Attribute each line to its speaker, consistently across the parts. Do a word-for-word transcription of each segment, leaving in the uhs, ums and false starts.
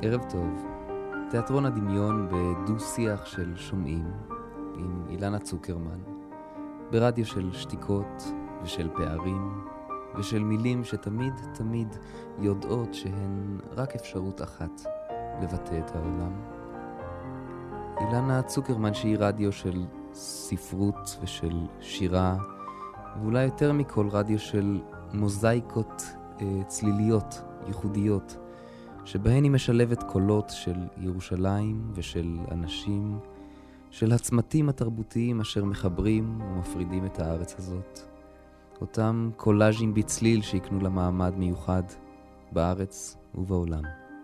Speaker 1: ערב טוב. תיאטרון הדמיון בדו-שיח של שומעים עם אילנה צוקרמן, ברדיו של שתיקות ושל פערים ושל מילים שתמיד תמיד יודעות שהן רק אפשרות אחת לבטא את העולם. אילנה צוקרמן שהיא רדיו של ספרות ושל שירה, ואולי יותר מכל רדיו של מוזאיקות אה, צליליות ייחודיות, שבהן היא משלבת קולות של ירושלים ושל אנשים, של הצמתים התרבותיים אשר מחברים ומפרידים את הארץ הזאת. אותם קולאז'ים בצליל שיקנו לה מעמד מיוחד בארץ ובעולם.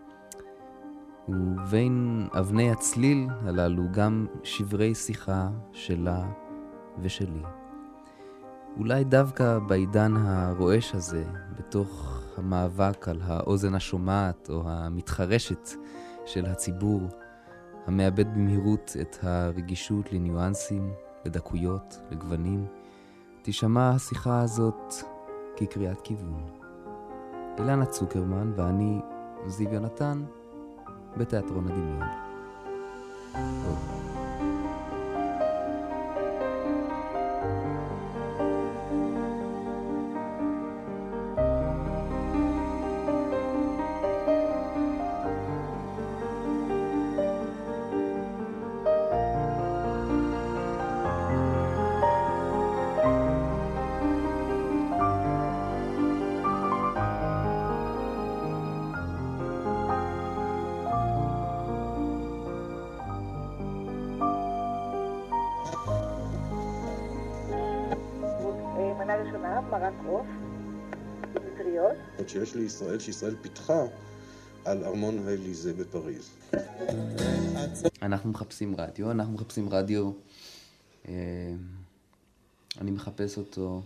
Speaker 1: ובין אבני הצליל הללו גם שברי שיחה שלה ושלי. אולי דווקא בעידן הרועש הזה, בתוך המאבק על האוזן השומעת או המתחרשת של הציבור, המאבד במהירות את הרגישות לניואנסים, לדקויות, לגוונים, תשמע השיחה הזאת כקריאת כיוון. אילנה צוקרמן ואני, זיו יונתן, בתיאטרון הדמיון. טוב.
Speaker 2: מרק עוף, מטריות.
Speaker 3: עוד שיש לישראל, שישראל פיתחה על ארמון האליזה בפריז.
Speaker 1: אנחנו מחפשים רדיו, אנחנו מחפשים רדיו, אה, אני מחפש אותו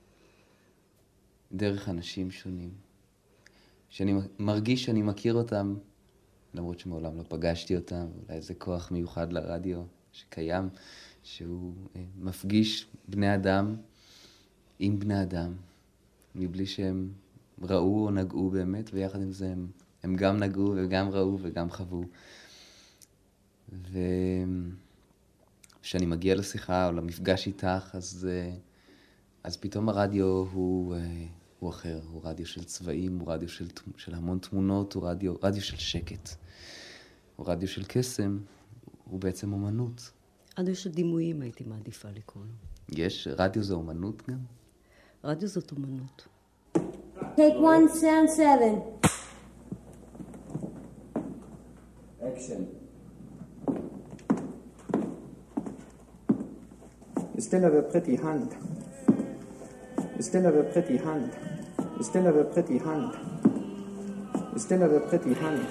Speaker 1: דרך אנשים שונים, שאני מרגיש שאני מכיר אותם, למרות שמעולם לא פגשתי אותם, אולי איזה כוח מיוחד לרדיו שקיים, שהוא אה, מפגיש בני אדם, עם בני אדם, מבלי שהם ראו או נגעו באמת, ויחד עם זה הם, הם גם נגעו וגם ראו וגם חוו. וכשאני מגיע לשיחה או למפגש איתך, אז, אז פתאום הרדיו הוא, הוא אחר, הוא רדיו של צבעים, הוא רדיו של, של המון תמונות, הוא רדיו, רדיו של שקט, הוא רדיו של קסם, הוא בעצם אומנות.
Speaker 4: רדיו של דימויים הייתי מעדיפה לקרוא לו.
Speaker 1: יש, רדיו זה אומנות גם?
Speaker 4: רדיו זאת אומנות.
Speaker 5: Take one, sound seven.
Speaker 6: Action. You still have a pretty hand. You still have a pretty hand. You still have a pretty hand. You still have a pretty hand.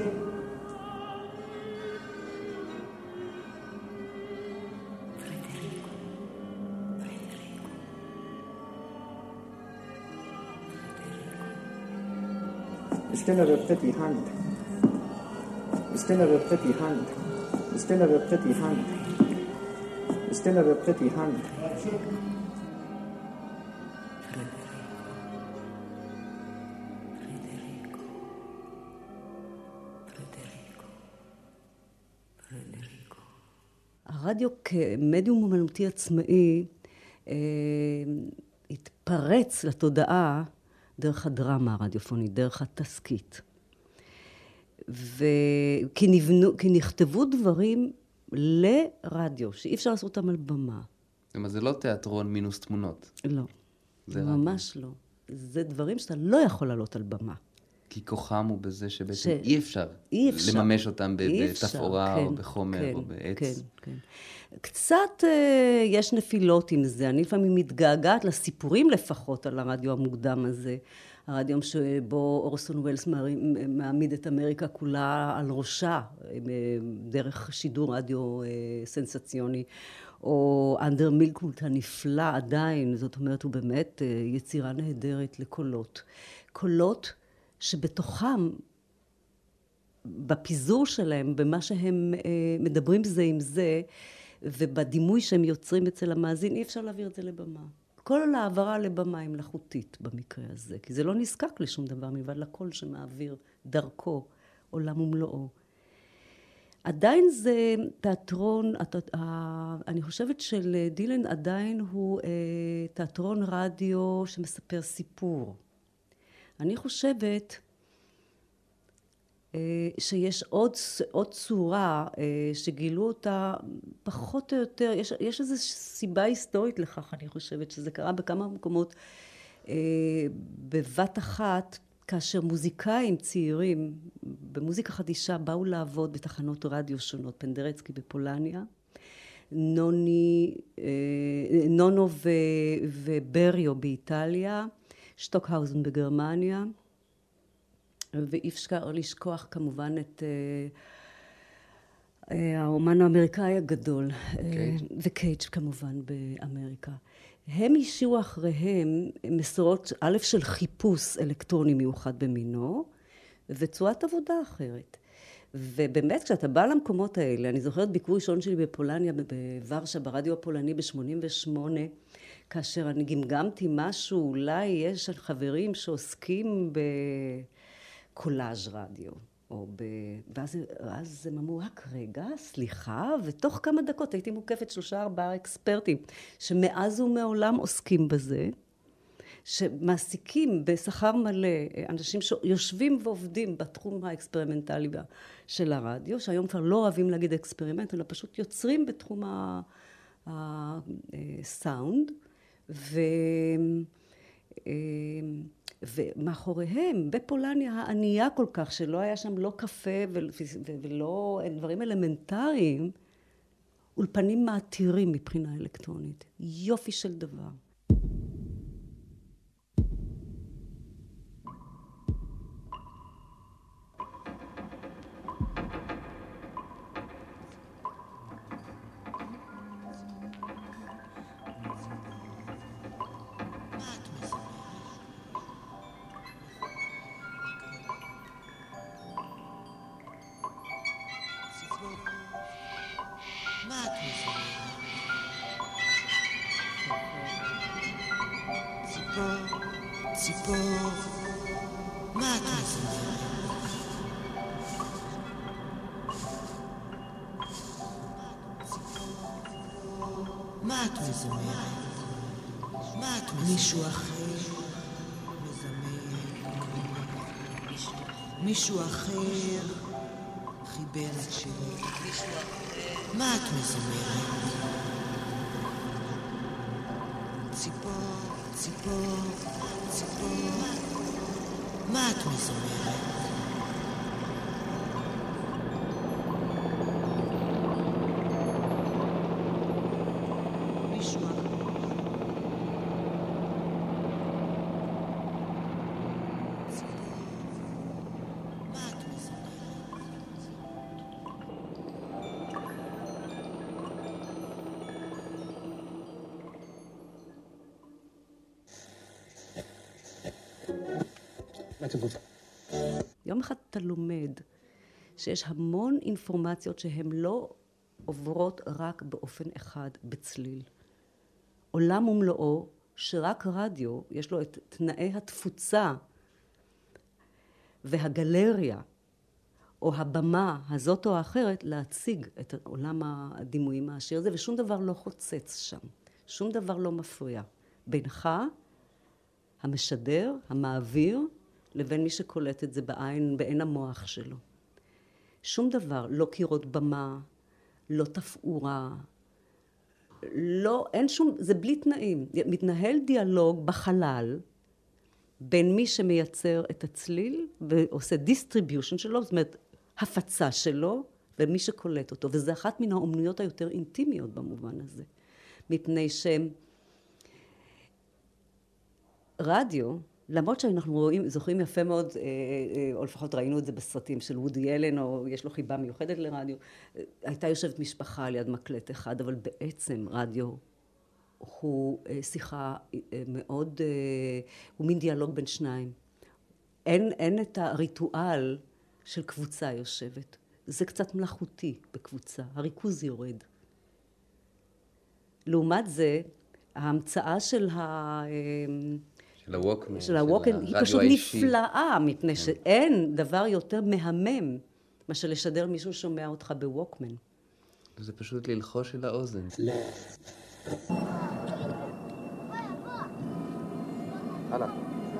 Speaker 6: You still have a pretty hand. You still have a pretty hand. You still have a pretty hand. You still have a pretty hand.
Speaker 4: הרדיו כמדיום אומנותי עצמאי אה, התפרץ לתודעה דרך הדרמה הרדיופונית, דרך התסקית. וכי נבנו, כי נכתבו דברים לרדיו, שאי אפשר לעשות אותם על במה.
Speaker 1: אבל זה לא תיאטרון מינוס תמונות.
Speaker 4: לא, זה ממש לא. זה דברים שאתה לא יכול לעלות על במה.
Speaker 1: כי כוחם הוא בזה שבעצם ש...
Speaker 4: אי
Speaker 1: אפשר,
Speaker 4: אי אפשר
Speaker 1: לממש אותם בתפאורה
Speaker 4: כן,
Speaker 1: או בחומר
Speaker 4: כן,
Speaker 1: או בעץ.
Speaker 4: כן, כן. קצת אה, יש נפילות עם זה. אני לפעמים מתגעגעת לסיפורים לפחות על הרדיו המוקדם הזה. הרדיו שבו אורסון ווילס מעמיד את אמריקה כולה על ראשה, דרך שידור רדיו אה, סנסציוני. או אנדר מילקולט הנפלא עדיין, זאת אומרת, הוא באמת אה, יצירה נהדרת לקולות. קולות שבתוכם, בפיזור שלהם, במה שהם אה, מדברים זה עם זה, ובדימוי שהם יוצרים אצל המאזין, אי אפשר להעביר את זה לבמה. כל העברה לבמה היא מלאכותית במקרה הזה, כי זה לא נזקק לשום דבר מלבד לקול שמעביר דרכו עולם ומלואו. עדיין זה תיאטרון, אני חושבת של דילן עדיין הוא תיאטרון רדיו שמספר סיפור. אני חושבת שיש עוד, עוד צורה שגילו אותה פחות או יותר, יש, יש איזו סיבה היסטורית לכך, אני חושבת שזה קרה בכמה מקומות בבת אחת, כאשר מוזיקאים צעירים במוזיקה חדישה באו לעבוד בתחנות רדיו שונות, פנדרצקי בפולניה, נוני, נונו ו, ובריו באיטליה, שטוקהאוזן בגרמניה, ואי אפשר לשכוח כמובן את uh, האומן האמריקאי הגדול, וקייג' כמובן באמריקה. הם השאירו אחריהם מסורות א' של חיפוש אלקטרוני מיוחד במינו, וצורת עבודה אחרת. ובאמת כשאתה בא למקומות האלה, אני זוכרת ביקור ראשון שלי בפולניה, בוורשה, ברדיו הפולני ב-שמונים ושמונה, כאשר אני גמגמתי משהו, אולי יש חברים שעוסקים בקולאז' רדיו, או ב... ואז, ואז הם אמרו, רק רגע, סליחה, ותוך כמה דקות הייתי מוקפת שלושה ארבעה אקספרטים, שמאז ומעולם עוסקים בזה, שמעסיקים בשכר מלא אנשים שיושבים ועובדים בתחום האקספרימנטלי של הרדיו, שהיום כבר לא אוהבים להגיד אקספרימנט, אלא פשוט יוצרים בתחום הסאונד, ו... ומאחוריהם, בפולניה הענייה כל כך, שלא היה שם לא קפה ולא דברים אלמנטריים, אולפנים מעתירים מבחינה אלקטרונית. יופי של דבר.
Speaker 7: מה את מזמרת? מה את מזמרת? מישהו אחר מזמר. מישהו אחר חיבר את שלי. מה את מזמרת? ציפור, ציפור, ציפור. מה את מזמרת?
Speaker 4: יום אחד אתה לומד שיש המון אינפורמציות שהן לא עוברות רק באופן אחד בצליל. עולם ומלואו שרק רדיו יש לו את תנאי התפוצה והגלריה או הבמה הזאת או האחרת להציג את עולם הדימויים העשיר הזה, ושום דבר לא חוצץ שם, שום דבר לא מפריע בינך, המשדר, המעביר, לבין מי שקולט את זה בעין, בעין המוח שלו. שום דבר, לא קירות במה, לא תפאורה, לא, אין שום, זה בלי תנאים. מתנהל דיאלוג בחלל בין מי שמייצר את הצליל ועושה דיסטריביושן שלו, זאת אומרת, הפצה שלו, ומי שקולט אותו. וזה אחת מן האומנויות היותר אינטימיות במובן הזה. מפני שהם רדיו, למרות שאנחנו רואים, זוכרים יפה מאוד, או לפחות ראינו את זה בסרטים של וודי אלן, או יש לו חיבה מיוחדת לרדיו, הייתה יושבת משפחה על יד מקלט אחד, אבל בעצם רדיו הוא שיחה מאוד, הוא מין דיאלוג בין שניים. אין, אין את הריטואל של קבוצה יושבת. זה קצת מלאכותי בקבוצה, הריכוז יורד. לעומת זה, ההמצאה של ה...
Speaker 1: של הווקמן,
Speaker 4: של הווקמן, היא פשוט נפלאה, מפני שאין דבר יותר מהמם, מה שלשדר מישהו שומע אותך בווקמן.
Speaker 1: זה פשוט ללחוש אל האוזן. הלאה.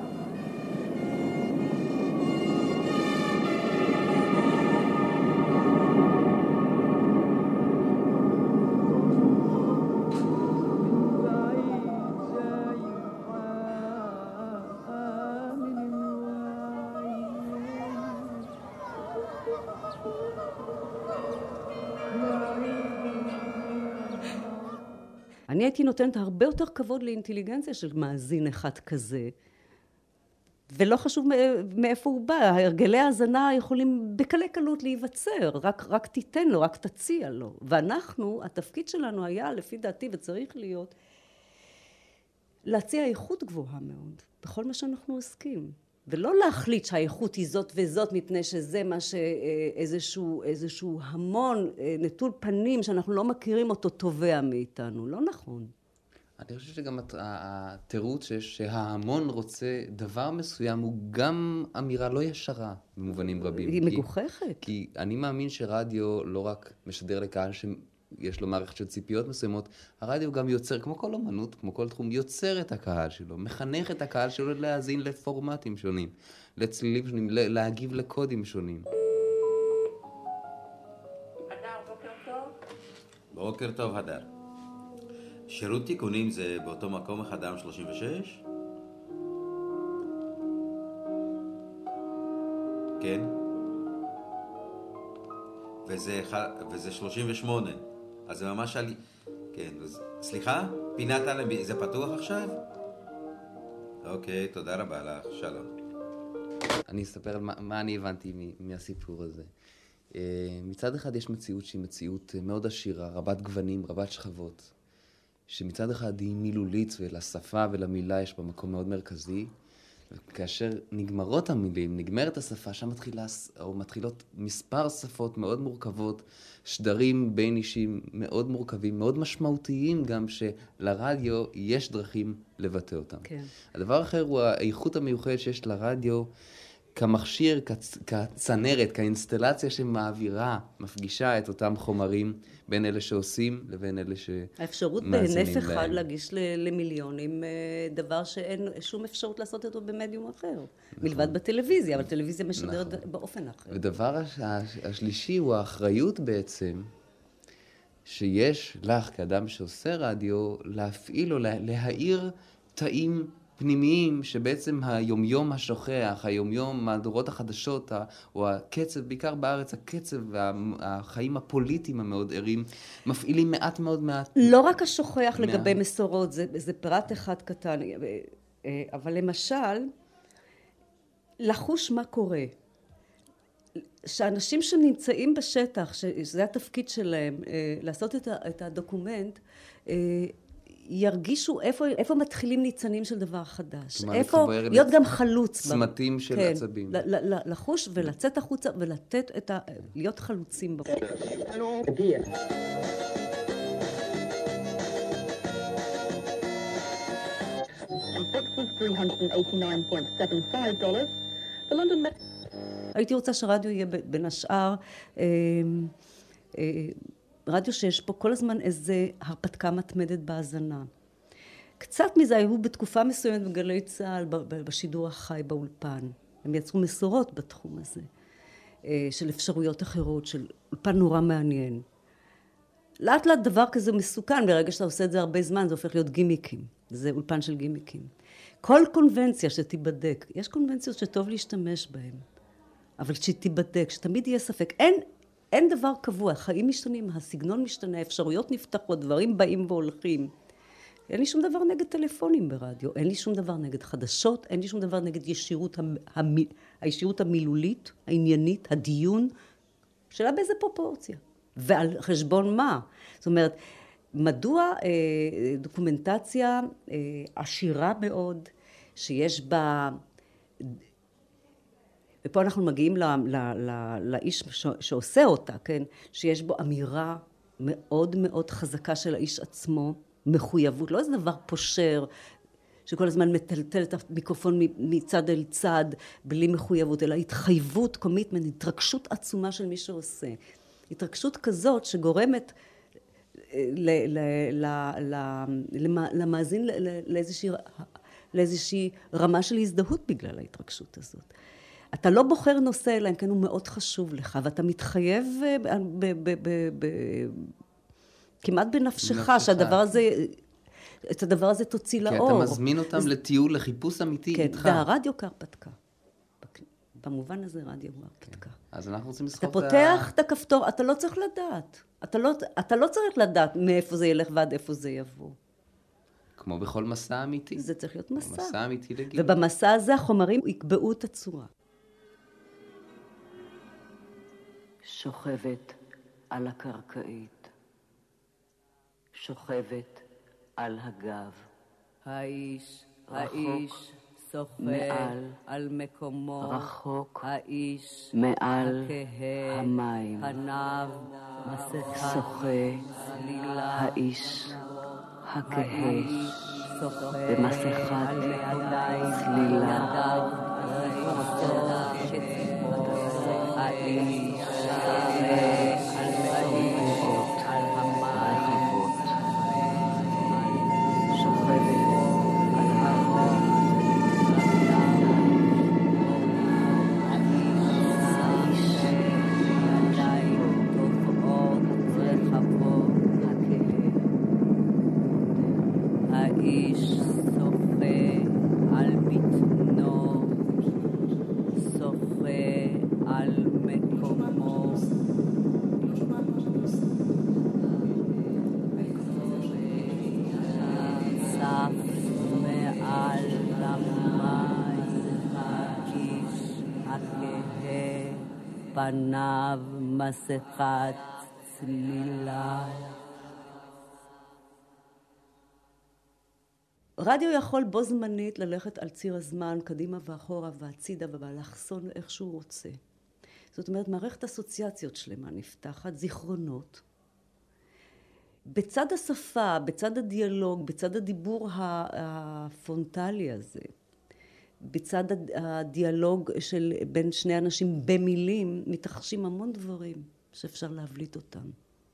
Speaker 4: אני הייתי נותנת הרבה יותר כבוד לאינטליגנציה של מאזין אחד כזה, ולא חשוב מאיפה הוא בא, הרגלי ההאזנה יכולים בקלי קלות להיווצר, רק, רק תיתן לו, רק תציע לו. ואנחנו, התפקיד שלנו היה, לפי דעתי, וצריך להיות, להציע איכות גבוהה מאוד, בכל מה שאנחנו עוסקים. ולא להחליט שהאיכות היא זאת וזאת, מפני שזה מה שאיזשהו איזשהו המון נטול פנים שאנחנו לא מכירים אותו תובע מאיתנו. לא נכון.
Speaker 1: אני חושב שגם התירוץ שההמון רוצה דבר מסוים הוא גם אמירה לא ישרה במובנים רבים.
Speaker 4: היא מגוחכת.
Speaker 1: כי אני מאמין שרדיו לא רק משדר לקהל שיש לו מערכת של ציפיות מסוימות, הרדיו גם יוצר, כמו כל אומנות, כמו כל תחום, יוצר את הקהל שלו, מחנך את הקהל שלו להאזין לפורמטים שונים, לצלילים שונים, להגיב לקודים שונים.
Speaker 2: הדר, בוקר טוב.
Speaker 8: בוקר טוב, הדר. שירות תיקונים זה באותו מקום החדם שלושים ושש? כן. וזה, וזה שלושים ושמונה. אז זה ממש עלי... כן, אז... סליחה? פינת עלמי, זה פתוח עכשיו? אוקיי, תודה רבה לך, שלום.
Speaker 1: אני אספר על מה, מה אני הבנתי מהסיפור הזה. מצד אחד יש מציאות שהיא מציאות מאוד עשירה, רבת גוונים, רבת שכבות. שמצד אחד היא מילולית ולשפה ולמילה יש בה מקום מאוד מרכזי, וכאשר נגמרות המילים, נגמרת השפה, שם מתחילה, או מתחילות מספר שפות מאוד מורכבות, שדרים בין אישים מאוד מורכבים, מאוד משמעותיים גם שלרדיו יש דרכים לבטא אותם.
Speaker 4: כן.
Speaker 1: הדבר האחר הוא האיכות המיוחדת שיש לרדיו כמכשיר, כצ... כצנרת, כאינסטלציה שמעבירה, מפגישה את אותם חומרים בין אלה שעושים לבין אלה שמאזינים להם.
Speaker 4: האפשרות בהינף אחד להגיש למיליונים דבר שאין שום אפשרות לעשות אותו במדיום אחר. נכון. מלבד בטלוויזיה, אבל טלוויזיה משדרת נכון. באופן אחר.
Speaker 1: ודבר הש... השלישי הוא האחריות בעצם שיש לך כאדם שעושה רדיו להפעיל או לה... להאיר תאים פנימיים שבעצם היומיום השוכח, היומיום, מהדורות החדשות, או הקצב, בעיקר בארץ, הקצב והחיים הפוליטיים המאוד ערים, מפעילים מעט מאוד מעט.
Speaker 4: לא רק השוכח מה... לגבי מסורות, זה, זה פרט אחד קטן, אבל למשל, לחוש מה קורה. שאנשים שנמצאים בשטח, שזה התפקיד שלהם, לעשות את הדוקומנט, ירגישו איפה, איפה מתחילים ניצנים של דבר חדש. איפה להיות גם חלוץ.
Speaker 1: צמתים של
Speaker 4: כן,
Speaker 1: עצבים.
Speaker 4: לחוש ולצאת החוצה ולתת את ה... להיות חלוצים בו. הייתי רוצה שרדיו יהיה בין השאר אה, אה, רדיו שיש פה כל הזמן איזה הרפתקה מתמדת בהאזנה. קצת מזה היו בתקופה מסוימת בגלי צה"ל, בשידור החי באולפן. הם יצרו מסורות בתחום הזה, של אפשרויות אחרות, של אולפן נורא מעניין. לאט לאט דבר כזה מסוכן, ברגע שאתה עושה את זה הרבה זמן, זה הופך להיות גימיקים. זה אולפן של גימיקים. כל קונבנציה שתיבדק, יש קונבנציות שטוב להשתמש בהן, אבל שתיבדק, שתמיד יהיה ספק. אין, אין דבר קבוע, החיים משתנים, הסגנון משתנה, האפשרויות נפתחות, דברים באים והולכים. אין לי שום דבר נגד טלפונים ברדיו, אין לי שום דבר נגד חדשות, אין לי שום דבר נגד ישירות, המ... הישירות המילולית, העניינית, הדיון, שאלה באיזה פרופורציה. ועל חשבון מה? זאת אומרת, מדוע אה, דוקומנטציה אה, עשירה מאוד, שיש בה, ופה אנחנו מגיעים ל, ל, ל, לאיש ש, שעושה אותה, כן? שיש בו אמירה מאוד מאוד חזקה של האיש עצמו, מחויבות, לא איזה דבר פושר, שכל הזמן מטלטל את המיקרופון מצד אל צד, בלי מחויבות, אלא התחייבות, קומיטמנט, התרגשות עצומה של מי שעושה. התרגשות כזאת שגורמת ל- ל- ל- למאזין לאיזושהי, לאיזושהי רמה של הזדהות בגלל ההתרגשות הזאת. אתה לא בוחר נושא, אלא אם כן הוא מאוד חשוב לך, ואתה מתחייב ב- ב- ב- ב- כמעט בנפשך, שהדבר הזה, את הדבר הזה תוציא לאור.
Speaker 1: כי אתה מזמין אותם לטיול, לחיפוש אמיתי איתך.
Speaker 4: כן, והרדיו כהרפתקה. במובן הזה רדיו כהרפתקה.
Speaker 1: אז אנחנו רוצים לסחוב
Speaker 4: את ה... אתה פותח את הכפתור, אתה לא צריך לדעת. אתה לא, אתה לא צריך לדעת מאיפה זה ילך ועד איפה זה יבוא.
Speaker 1: כמו בכל מסע אמיתי.
Speaker 4: זה צריך להיות מסע.
Speaker 1: מסע אמיתי לגיל.
Speaker 4: ובמסע הזה החומרים יקבעו את הצורה.
Speaker 9: שוכבת על הקרקעית. שוכבת על הגב.
Speaker 4: האיש, האיש, שוחה על מקומו.
Speaker 9: רחוק
Speaker 4: האיש,
Speaker 9: מעל
Speaker 4: הכהה,
Speaker 9: המים.
Speaker 4: פניו, מסכה,
Speaker 9: שוחה
Speaker 4: צלילה.
Speaker 9: האיש הכהה
Speaker 4: שוחה
Speaker 9: במסכת
Speaker 4: על ידיים,
Speaker 9: צלילה.
Speaker 4: ידיו, רחוקו, האיש, על מקומו, על המים.
Speaker 9: שוכבת על הרחוב.
Speaker 4: האיש שוחה על בטנו, שוחה על מקומו. צף מעל המים, האיש הכהה, פניו מסכת צלילה. רדיו יכול בו זמנית ללכת על ציר הזמן, קדימה ואחורה והצידה ולחסון איך שהוא רוצה. זאת אומרת, מערכת אסוציאציות שלמה נפתחת, זיכרונות. בצד השפה, בצד הדיאלוג, בצד הדיבור הפרונטלי הזה, בצד הדיאלוג של בין שני אנשים במילים, מתרחשים המון דברים שאפשר להבליט אותם.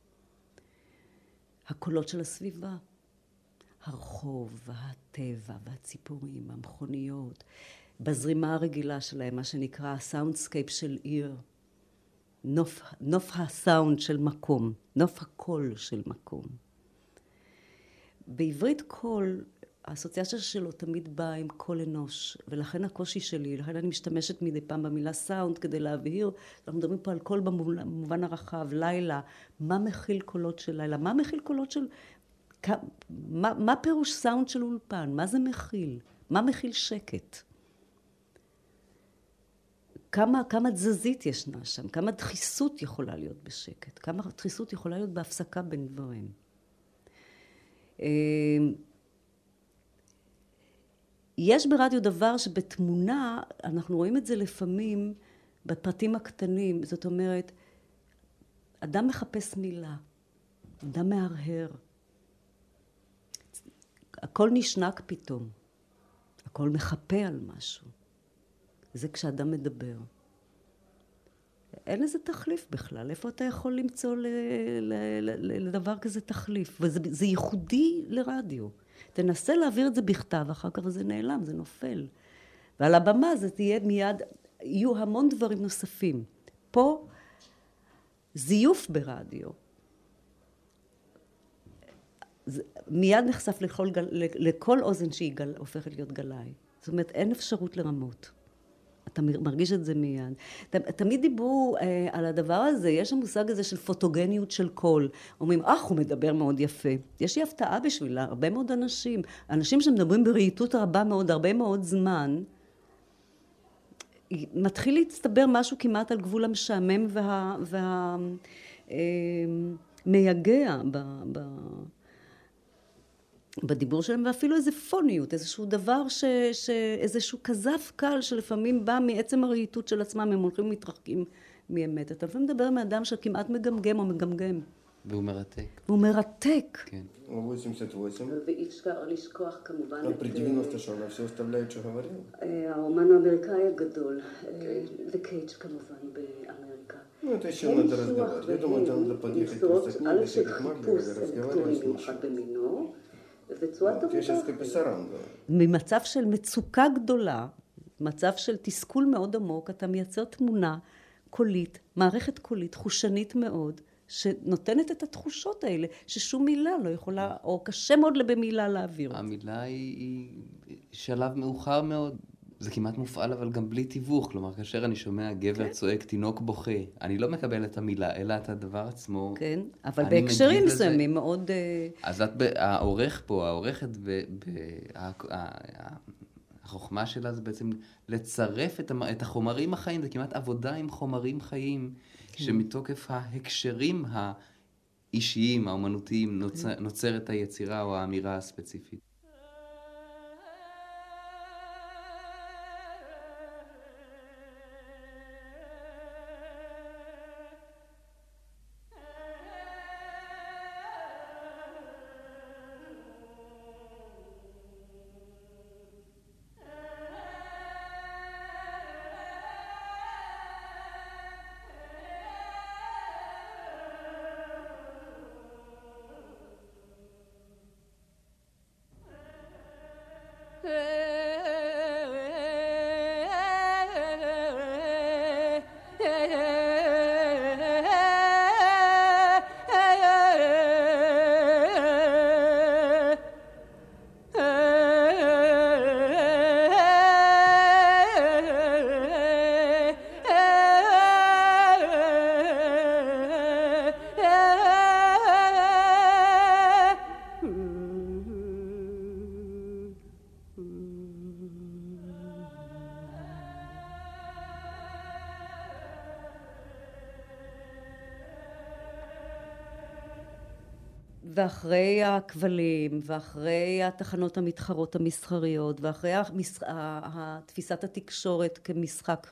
Speaker 4: הקולות של הסביבה. הרחוב, והטבע, והציפורים, המכוניות, בזרימה הרגילה שלהם, מה שנקרא הסאונדסקייפ של עיר, נוף, נוף הסאונד של מקום, נוף הקול של מקום. בעברית קול, האסוציאציה שלו תמיד באה עם קול אנוש, ולכן הקושי שלי, לכן אני משתמשת מדי פעם במילה סאונד כדי להבהיר, אנחנו מדברים פה על קול במובן הרחב, לילה, מה מכיל קולות של לילה, מה מכיל קולות של... מה, מה פירוש סאונד של אולפן? מה זה מכיל? מה מכיל שקט? כמה, כמה תזזית ישנה שם? כמה דחיסות יכולה להיות בשקט? כמה דחיסות יכולה להיות בהפסקה בין דברים? יש ברדיו דבר שבתמונה, אנחנו רואים את זה לפעמים בפרטים הקטנים, זאת אומרת, אדם מחפש מילה, אדם מהרהר, הכל נשנק פתאום, הכל מחפה על משהו. זה כשאדם מדבר. אין לזה תחליף בכלל. איפה אתה יכול למצוא ל, ל, ל, לדבר כזה תחליף? וזה זה ייחודי לרדיו. תנסה להעביר את זה בכתב, אחר כך זה נעלם, זה נופל. ועל הבמה זה תהיה מיד, יהיו המון דברים נוספים. פה זיוף ברדיו. מיד נחשף לכל, גל, לכל אוזן שהיא גל, הופכת להיות גלאי. זאת אומרת, אין אפשרות לרמות. אתה מרגיש את זה מיד. ת, תמיד דיברו אה, על הדבר הזה, יש המושג הזה של פוטוגניות של קול. אומרים, אך, הוא מדבר מאוד יפה. יש לי הפתעה בשבילה, הרבה מאוד אנשים, אנשים שמדברים ברהיטות רבה מאוד, הרבה מאוד זמן, מתחיל להצטבר משהו כמעט על גבול המשעמם וה... וה אה, מייגע ב... ב בדיבור שלהם, ואפילו איזה פוניות, איזשהו דבר, ש, ש, איזשהו כזף קל שלפעמים בא מעצם הרהיטות של עצמם, הם הולכים ומתרחקים מאמת. אתה לפעמים מדבר עם אדם שכמעט מגמגם או מגמגם.
Speaker 1: והוא מרתק.
Speaker 4: והוא מרתק.
Speaker 1: כן.
Speaker 6: восемьдесят восемь.
Speaker 4: ואי אפשר לשכוח כמובן
Speaker 6: А при девяносто что она все оставляет, что говорил?
Speaker 4: האומן האמריקאי הגדול, The Cage כמובן באמריקה.
Speaker 6: Ну, это еще надо разговаривать. Я думаю, там надо подъехать просто к ним, если как Маглер, разговаривать с ним. Вот, я сейчас каписаран, да.
Speaker 4: ממצב של מצוקה גדולה, מצב של תסכול מאוד עמוק, אתה מייצר תמונה קולית, מערכת קולית, חושנית מאוד, שנותנת את התחושות האלה, ששום מילה לא יכולה, או קשה מאוד במילה להעביר.
Speaker 1: המילה היא, היא שלב מאוחר מאוד. זה כמעט מופעל, אבל גם בלי תיווך. כלומר, כאשר אני שומע גבר צועק, תינוק בוכה, אני לא מקבל את המילה, אלא את הדבר עצמו.
Speaker 4: כן, אבל בהקשרים מסוימים מאוד...
Speaker 1: אז את, העורך פה, העורכת, החוכמה שלה זה בעצם לצרף את החומרים החיים, זה כמעט עבודה עם חומרים חיים, שמתוקף ההקשרים האישיים, האומנותיים, נוצרת היצירה או האמירה הספציפית.
Speaker 4: ואחרי הכבלים, ואחרי התחנות המתחרות המסחריות, ואחרי המש... תפיסת התקשורת כמשחק,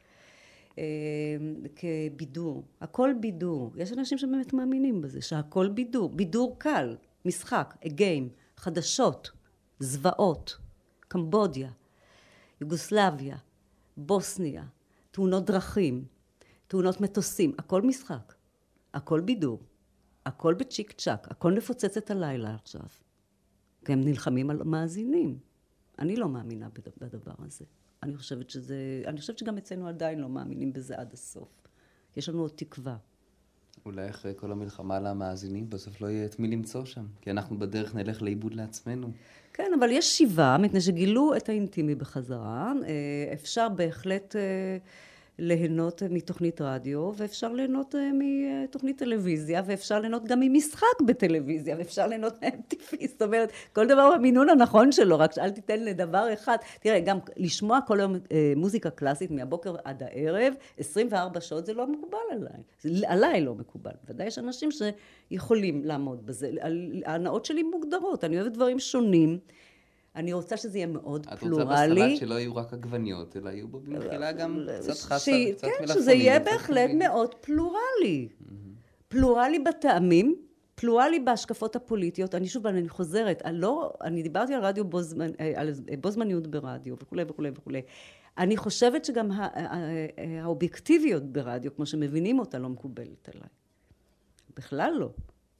Speaker 4: כבידור, הכל בידור. יש אנשים שבאמת מאמינים בזה, שהכל בידור, בידור קל, משחק, a game, חדשות, זוועות, קמבודיה, יוגוסלביה, בוסניה, תאונות דרכים, תאונות מטוסים, הכל משחק, הכל בידור. הכל בצ'יק צ'ק, הכל נפוצץ את הלילה עכשיו. כי הם נלחמים על מאזינים. אני לא מאמינה בדבר הזה. אני חושבת שזה, אני חושבת שגם אצלנו עדיין לא מאמינים בזה עד הסוף. יש לנו עוד תקווה.
Speaker 1: אולי אחרי כל המלחמה על המאזינים, בסוף לא יהיה את מי למצוא שם. כי אנחנו בדרך נלך לאיבוד לעצמנו.
Speaker 4: כן, אבל יש שיבה, מפני שגילו את האינטימי בחזרה. אפשר בהחלט ליהנות מתוכנית רדיו, ואפשר ליהנות מתוכנית טלוויזיה, ואפשר ליהנות גם ממשחק בטלוויזיה, ואפשר ליהנות מהם טיפי. זאת אומרת, כל דבר במינון הנכון שלו, רק שאל תיתן לדבר אחד. תראה, גם לשמוע כל יום מוזיקה קלאסית מהבוקר עד הערב, עשרים וארבע שעות, זה לא מקובל עליי. עליי לא מקובל. ודאי יש אנשים שיכולים לעמוד בזה. ההנאות שלי מוגדרות. אני אוהבת דברים שונים. אני רוצה שזה יהיה מאוד פלורלי.
Speaker 1: את רוצה בסלט שלא יהיו רק עגבניות, אלא יהיו בו במחילה גם קצת חסה, קצת מלפפונים.
Speaker 4: כן, שזה יהיה בהחלט מאוד פלורלי. פלורלי בטעמים, פלורלי בהשקפות הפוליטיות. אני שוב, אני חוזרת, אני דיברתי על רדיו בו זמניות ברדיו וכו' וכו' וכו'. אני חושבת שגם האובייקטיביות ברדיו, כמו שמבינים אותה, לא מקובלת עליי. בכלל לא.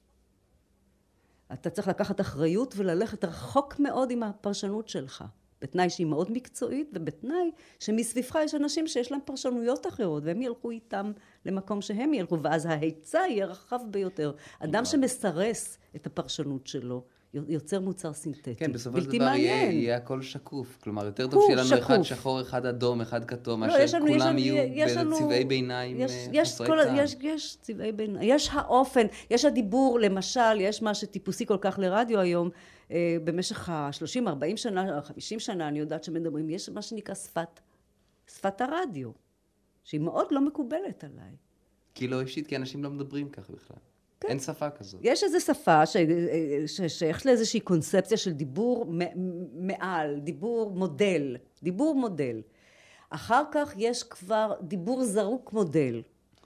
Speaker 4: אתה צריך לקחת אחריות וללכת רחוק מאוד עם הפרשנות שלך, בתנאי שהיא מאוד מקצועית, ובתנאי שמסביבך יש אנשים שיש להם פרשנויות אחרות, והם ילכו איתם למקום שהם ילכו, ואז ההיצע יהיה רחב ביותר. אדם שמסרס את הפרשנות שלו, יוצר מוצר סינתטי.
Speaker 1: כן, בסופו של דבר יהיה הכל שקוף. כלומר, יותר טוב שיהיה לנו אחד שחור, אחד אדום, אחד כתום, מאשר כולם יהיו בצבעי ביניים חסרי טעם.
Speaker 4: יש צבעי ביניים, יש האופן, יש הדיבור, למשל, יש מה שטיפוסי כל כך לרדיו היום, במשך ה-שלושים ארבעים שנה, חמישים שנה, אני יודעת שמדברים, יש מה שנקרא שפת, שפת הרדיו, שהיא מאוד לא מקובלת עליי.
Speaker 1: כי לא אישית, כי אנשים לא מדברים כך בכלל. כן. אין שפה כזאת.
Speaker 4: יש איזו שפה שיש לה איזושהי קונספציה של דיבור מעל, דיבור מודל, דיבור מודל. אחר כך יש כבר דיבור זרוק מודל.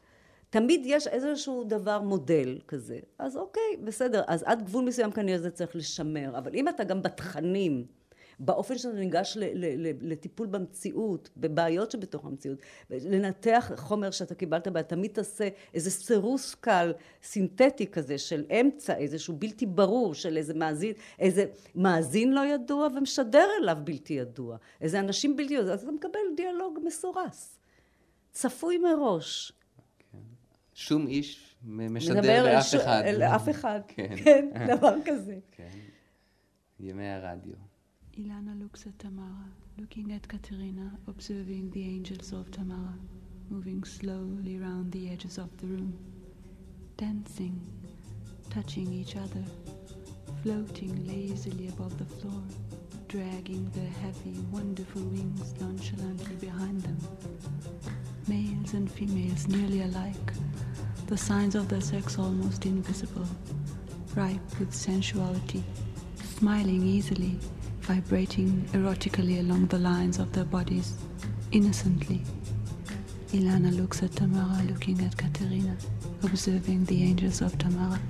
Speaker 4: תמיד יש איזשהו דבר מודל כזה. אז אוקיי, בסדר. אז עד גבול מסוים כנראה זה צריך לשמר. אבל אם אתה גם בתכנים, באופן שאתה ניגש ל- ל- ל- לטיפול במציאות, בבעיות שבתוך המציאות, לנתח חומר שאתה קיבלת בה, תמיד תעשה איזה סירוס קל, סינתטי כזה, של אמצע, איזשהו בלתי ברור, של איזה מאזין, איזה מאזין לא ידוע ומשדר אליו בלתי ידוע. איזה אנשים בלתי ידוע, אז אתה מקבל דיאלוג מסורס. צפוי מראש.
Speaker 1: שום איש משדר לאף אחד.
Speaker 4: לאף אחד, כן, דבר כזה.
Speaker 1: כן, ימי הרדיו.
Speaker 10: Ilana looks at Tamara, looking at Katerina, observing the angels of Tamara, moving slowly round the edges of the room, dancing, touching each other, floating lazily above the floor, dragging their heavy, wonderful wings nonchalantly behind them. Males and females nearly alike, the signs of their sex almost invisible, ripe with sensuality, smiling easily, vibrating erotically along the lines of their bodies, innocently. Ilana looks at Tamara, looking at Katerina, observing the angels of Tamara.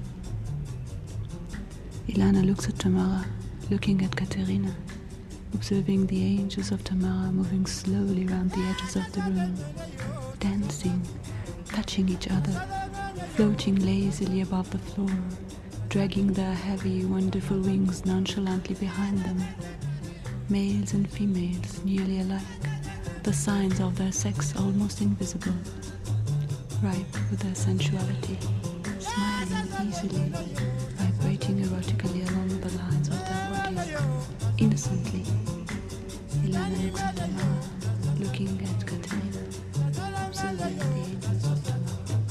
Speaker 10: Ilana looks at Tamara, looking at Katerina, observing the angels of Tamara moving slowly round the edges of the room, dancing, touching each other, floating lazily above the floor, dragging their heavy, wonderful wings nonchalantly behind them. Males and females nearly alike, the signs of their sex almost invisible, ripe with their sensuality, smiling easily, vibrating erotically along the lines of their bodies, innocently. Ilana looks at Tamara, looking at Katerina, observing the angels of Tamara.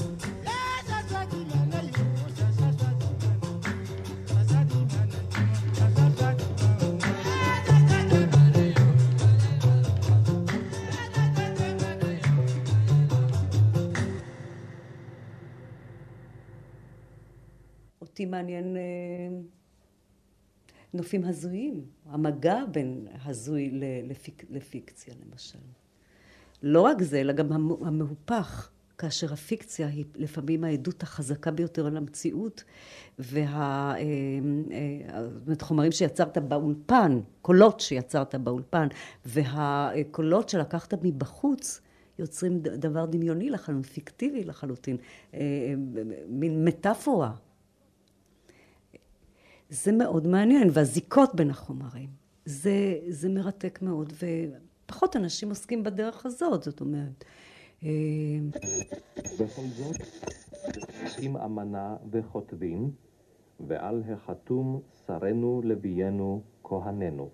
Speaker 4: אותי מעניין נופים הזויים, המגע בין הזוי לפיק, לפיקציה למשל. לא רק זה, אלא גם המהופך, כאשר הפיקציה היא לפעמים העדות החזקה ביותר על המציאות, והחומרים שיצרת באולפן, קולות שיצרת באולפן, והקולות שלקחת מבחוץ, יוצרים דבר דמיוני לחלוטין, פיקטיבי לחלוטין, מין מטאפורה. זה מאוד מעניין, והזיקות בין החומרים, זה, זה מרתק מאוד, ופחות אנשים עוסקים בדרך הזאת, זאת אומרת.
Speaker 11: בכל זאת, עם אמנה וכותבים, ועל החתום שרנו לוויינו כהננו.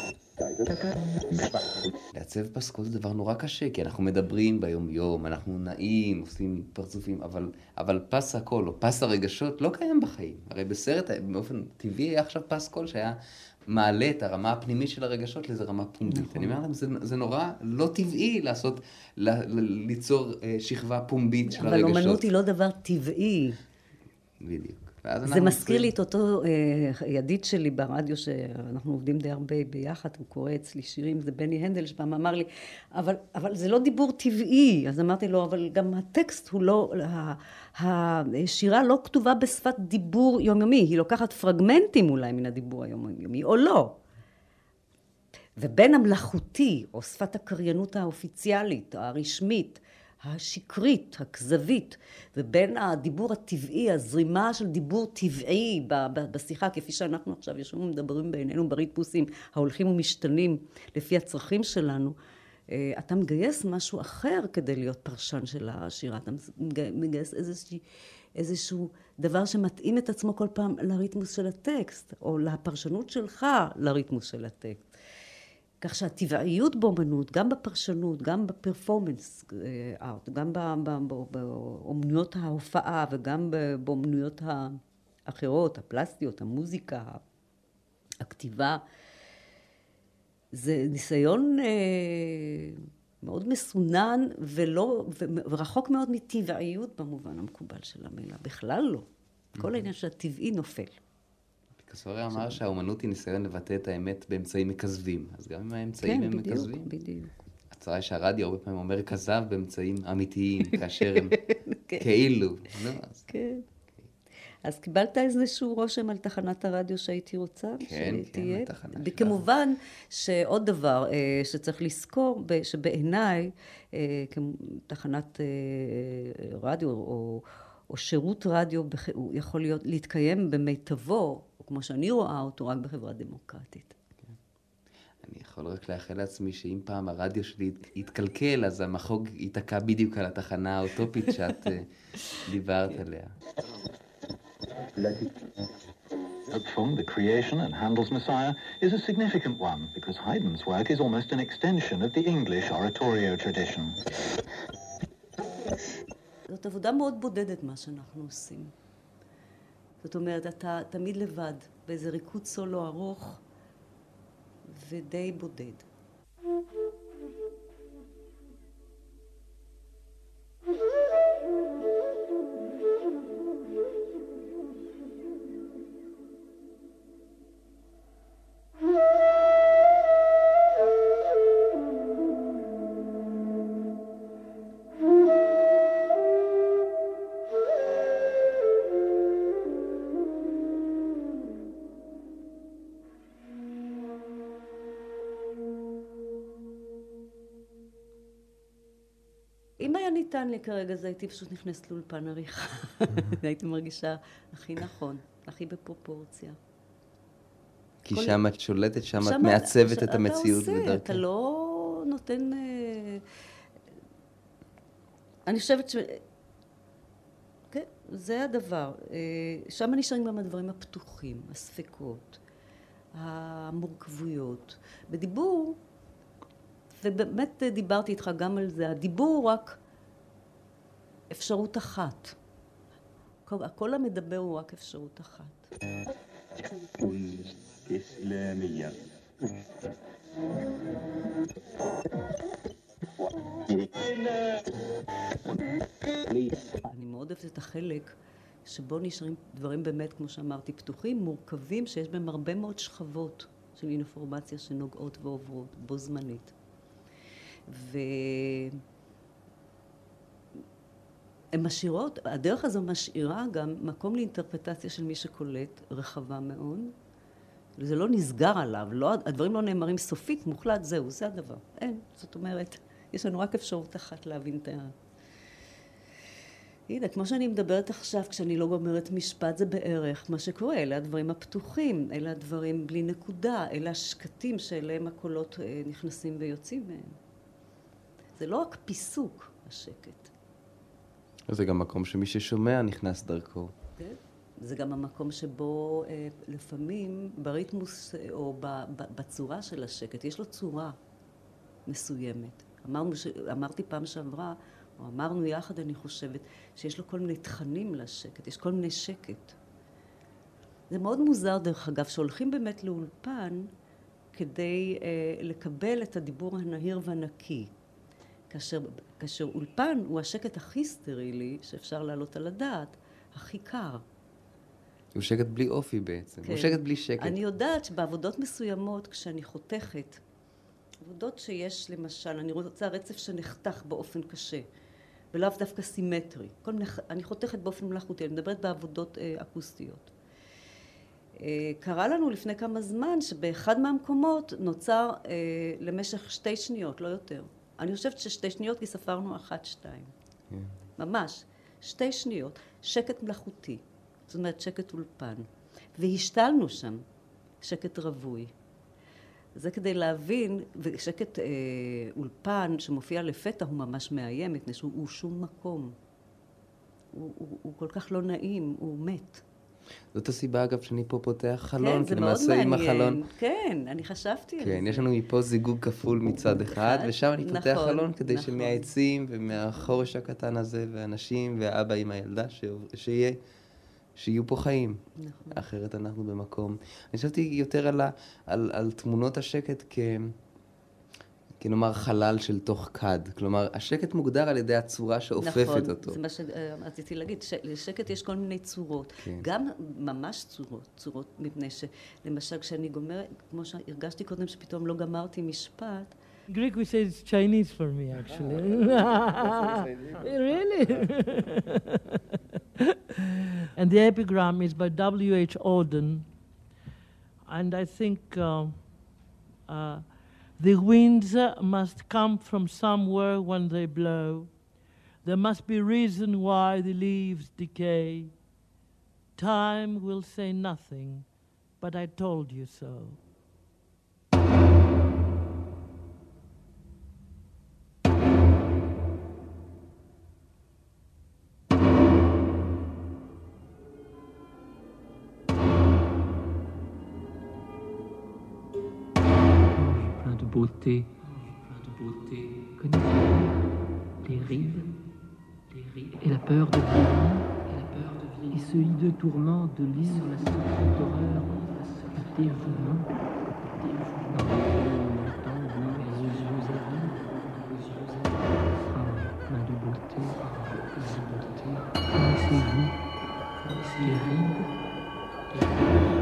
Speaker 1: לעצב פסקול זה דבר נורא קשה, כי אנחנו מדברים ביום יום, אנחנו נעים, עושים פרצופים, אבל, אבל פס הקול או פס הרגשות לא קיים בחיים. הרי בסרט באופן טבעי היה עכשיו פס קול שהיה מעלה את הרמה הפנימית של הרגשות לאיזו רמה פומבית. נכון. אני אומר להם, זה, זה נורא לא טבעי לעשות, ל, ל, ליצור שכבה פומבית של הרגשות.
Speaker 4: אבל אומנות היא לא דבר טבעי.
Speaker 1: בדיוק.
Speaker 4: זה מזכיר לי את אותו ידיד שלי ברדיו, שאנחנו עובדים די הרבה ביחד, הוא קורא אצלי שירים, זה בני הנדל, שפעם אמר לי, אבל, אבל זה לא דיבור טבעי. אז אמרתי לו, אבל גם הטקסט הוא לא, השירה לא כתובה בשפת דיבור יומיומי, היא לוקחת פרגמנטים אולי מן הדיבור היומיומי, או לא. ובין המלאכותי, או שפת הקריינות האופיציאלית, הרשמית, השקרית, הכזבית, ובין הדיבור הטבעי, הזרימה של דיבור טבעי בשיחה, כפי שאנחנו עכשיו יושבים ומדברים בינינו בריתמוסים ההולכים ומשתנים לפי הצרכים שלנו, אתה מגייס משהו אחר כדי להיות פרשן של השירה, אתה מגייס איזושהי, איזשהו דבר שמתאים את עצמו כל פעם לריתמוס של הטקסט, או לפרשנות שלך לריתמוס של הטקסט. כך שהטבעיות באומנות, גם בפרשנות, גם בפרפורמנס ארט, גם באומנויות ההופעה וגם באומנויות האחרות, הפלסטיות, המוזיקה, הכתיבה, זה ניסיון מאוד מסונן ולא, ורחוק מאוד מטבעיות במובן המקובל של המילה, בכלל לא. כל העניין שהטבעי נופל.
Speaker 1: פיקאסו אמר שהאומנות היא ניסיון לבטא את האמת באמצעים מכזבים, אז גם אם האמצעים הם מכזבים.
Speaker 4: כן, בדיוק, בדיוק.
Speaker 1: התוצאה שהרדיו הרבה פעמים אומר כזב באמצעים אמיתיים, כאשר הם כאילו.
Speaker 4: כן. אז קיבלת איזשהו רושם על תחנת הרדיו שהייתי רוצה?
Speaker 1: כן, כן, התחנה שלך.
Speaker 4: וכמובן שעוד דבר שצריך לזכור, שבעיניי תחנת רדיו או, או שירות רדיו הוא יכול להיות, להתקיים במיטבו, או כמו שאני רואה אותו, רק בחברה דמוקרטית.
Speaker 1: אני יכול רק לאחל לעצמי שאם פעם הרדיו שלי יתקלקל, אז המחוג ייתקע בדיוק על התחנה האוטופית שאת דיברת עליה.
Speaker 12: The poem, The Creation and Handel's Messiah, is a significant one because Haydn's work is almost an extension of the English oratorio tradition.
Speaker 4: זאת עבודה מאוד בודדת מה שאנחנו עושים. זאת אומרת, אתה תמיד לבד, באיזה ריקוד סולו ארוך ודי בודד. אם היה ניתן לי כרגע, זה הייתי פשוט נכנסת לאולפן עריכה. הייתי מרגישה הכי נכון, הכי בפרופורציה.
Speaker 1: כי שם את שולטת, שם את מעצבת את המציאות
Speaker 4: בדרכך. אתה עושה, אתה לא נותן... אני חושבת ש... כן, זה הדבר. שם נשארים גם הדברים הפתוחים, הספקות, המורכבויות. בדיבור... ובאמת דיברתי איתך גם על זה, הדיבור הוא רק אפשרות אחת. הכל המדבר הוא רק אפשרות אחת. אני מאוד אוהבת את החלק שבו נשארים דברים באמת, כמו שאמרתי, פתוחים, מורכבים, שיש בהם הרבה מאוד שכבות של אינפורמציה שנוגעות ועוברות בו זמנית. והן משאירות, הדרך הזו משאירה גם מקום לאינטרפרטציה של מי שקולט, רחבה מאוד. זה לא נסגר עליו, לא, הדברים לא נאמרים סופית, מוחלט, זהו, זה הדבר. אין, זאת אומרת, יש לנו רק אפשרות אחת להבין את ה... הנה, כמו שאני מדברת עכשיו, כשאני לא גומרת משפט, זה בערך מה שקורה. אלה הדברים הפתוחים, אלה הדברים בלי נקודה, אלה השקטים שאליהם הקולות נכנסים ויוצאים מהם. זה לא רק פיסוק, השקט.
Speaker 1: זה גם מקום שמי ששומע נכנס דרכו.
Speaker 4: כן. זה גם המקום שבו אה, לפעמים בריתמוס או ב, ב, בצורה של השקט, יש לו צורה מסוימת. אמרנו ש... אמרתי פעם שעברה, או אמרנו יחד, אני חושבת, שיש לו כל מיני תכנים לשקט, יש כל מיני שקט. זה מאוד מוזר, דרך אגב, שהולכים באמת לאולפן כדי אה, לקבל את הדיבור הנהיר והנקי. כאשר, כאשר אולפן הוא השקט הכי סטרילי שאפשר לעלות על הדעת, הכי קר.
Speaker 1: הוא שקט בלי אופי בעצם, כן. הוא שקט בלי שקט.
Speaker 4: אני יודעת שבעבודות מסוימות, כשאני חותכת, עבודות שיש למשל, אני רוצה רצף שנחתך באופן קשה, ולאו דווקא סימטרי. כל מיני, אני חותכת באופן מלאכותי, אני מדברת בעבודות אה, אקוסטיות. אה, קרה לנו לפני כמה זמן שבאחד מהמקומות נוצר אה, למשך שתי שניות, לא יותר. אני חושבת ששתי שניות כי ספרנו אחת, שתיים. Yeah. ממש, שתי שניות, שקט מלאכותי. זאת אומרת, שקט אולפן. והשתלנו שם שקט רווי. זה כדי להבין, ושקט אה, אולפן שמופיע לפתע הוא ממש מאיים, מפני שהוא שום מקום. הוא, הוא, הוא כל כך לא נעים, הוא מת.
Speaker 1: זאת הסיבה, אגב, שאני פה פותח חלון.
Speaker 4: כן, זה מאוד מעניין. החלון... כן, אני חשבתי על זה.
Speaker 1: כן, יש לנו מפה זיגוג כפול מצד אחד, ושם אני פותח נכון, חלון כדי נכון. שמהעצים ומהחורש הקטן הזה, והאנשים והאבא עם הילדה, ש... שיהיה... שיהיו פה חיים. נכון. אחרת אנחנו במקום. אני חשבתי יותר על, ה... על... על תמונות השקט כ... כלומר חלל של תוך כד. כלומר, השקט מוגדר על ידי הצורה שאופפת
Speaker 4: נכון,
Speaker 1: אותו.
Speaker 4: נכון, זה מה שרציתי להגיד. לשקט יש כל מיני צורות. כן. גם ממש צורות. צורות מפני שלמשל כשאני גומרת, כמו שהרגשתי קודם שפתאום לא גמרתי משפט,
Speaker 13: Greek, we say it's Chinese for me, actually. Ah, really? And the epigram is by W H Auden. And I think uh, uh, the winds must come from somewhere when they blow. There must be reason why the leaves decay. Time will say nothing, but I told you so.
Speaker 14: Beauté, plein de beauté. Connaissez-vous les rides, les rides et la peur de vieillir, et la peur de vieillir, et ce hideux tourment de l'île sur la secrète horreur, le dévouement, le dévouement dans lequel longtemps vivent les yeux avides, les yeux avides. Ah, plein de beauté, plein de beauté. Connaissez-vous les rides, les rides.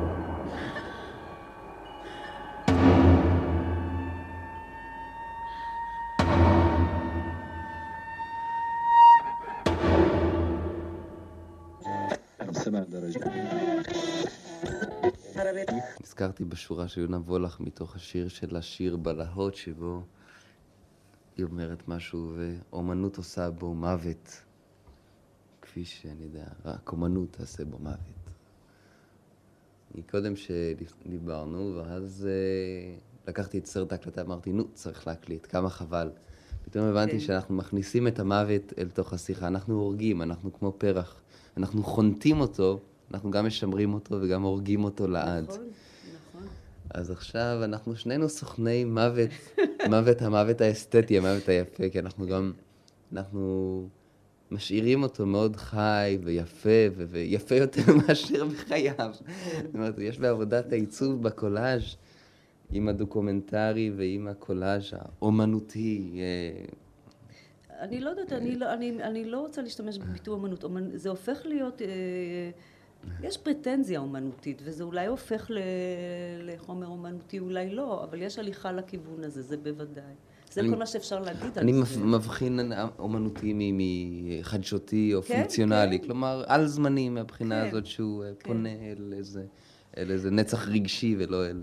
Speaker 1: נזכרתי בשורה של יונה וולך מתוך השיר של השיר בלהות, שבו היא אומרת משהו ואומנות עושה בו מוות, כפי שאני יודע, רק אומנות תעשה בו מוות. קודם שדיברנו, ואז לקחתי את סרט ההקלטה, אמרתי, נו, צריך להקליט, כמה חבל. פתאום הבנתי שאנחנו מכניסים את המוות אל תוך השיחה, אנחנו הורגים, אנחנו כמו פרח, אנחנו חונטים אותו, אנחנו גם משמרים אותו וגם הורגים אותו לעד. נכון, נכון. אז עכשיו אנחנו שנינו סוכני מוות, מוות המוות האסתטי, המוות היפה, כי אנחנו גם, אנחנו משאירים אותו מאוד חי ויפה, ויפה יותר מאשר בחייו. זאת אומרת, יש בעבודת העיצוב בקולאז' עם הדוקומנטרי ועם הקולאז' האומנותי.
Speaker 4: אני לא יודעת, אני לא, אני, אני לא רוצה להשתמש בביטוי אומנות. זה הופך להיות, יש פרטנזיה אומנותית, וזה אולי הופך לחומר אומנותי, אולי לא, אבל יש הליכה לכיוון הזה, זה בוודאי. זה כל מה שאפשר להגיד על זה. אני
Speaker 1: מבחין אומנותי מחדשותי או פונקציונלי, כלומר, על זמני מהבחינה הזאת שהוא פונה אל איזה... אל איזה נצח רגשי ולא אל...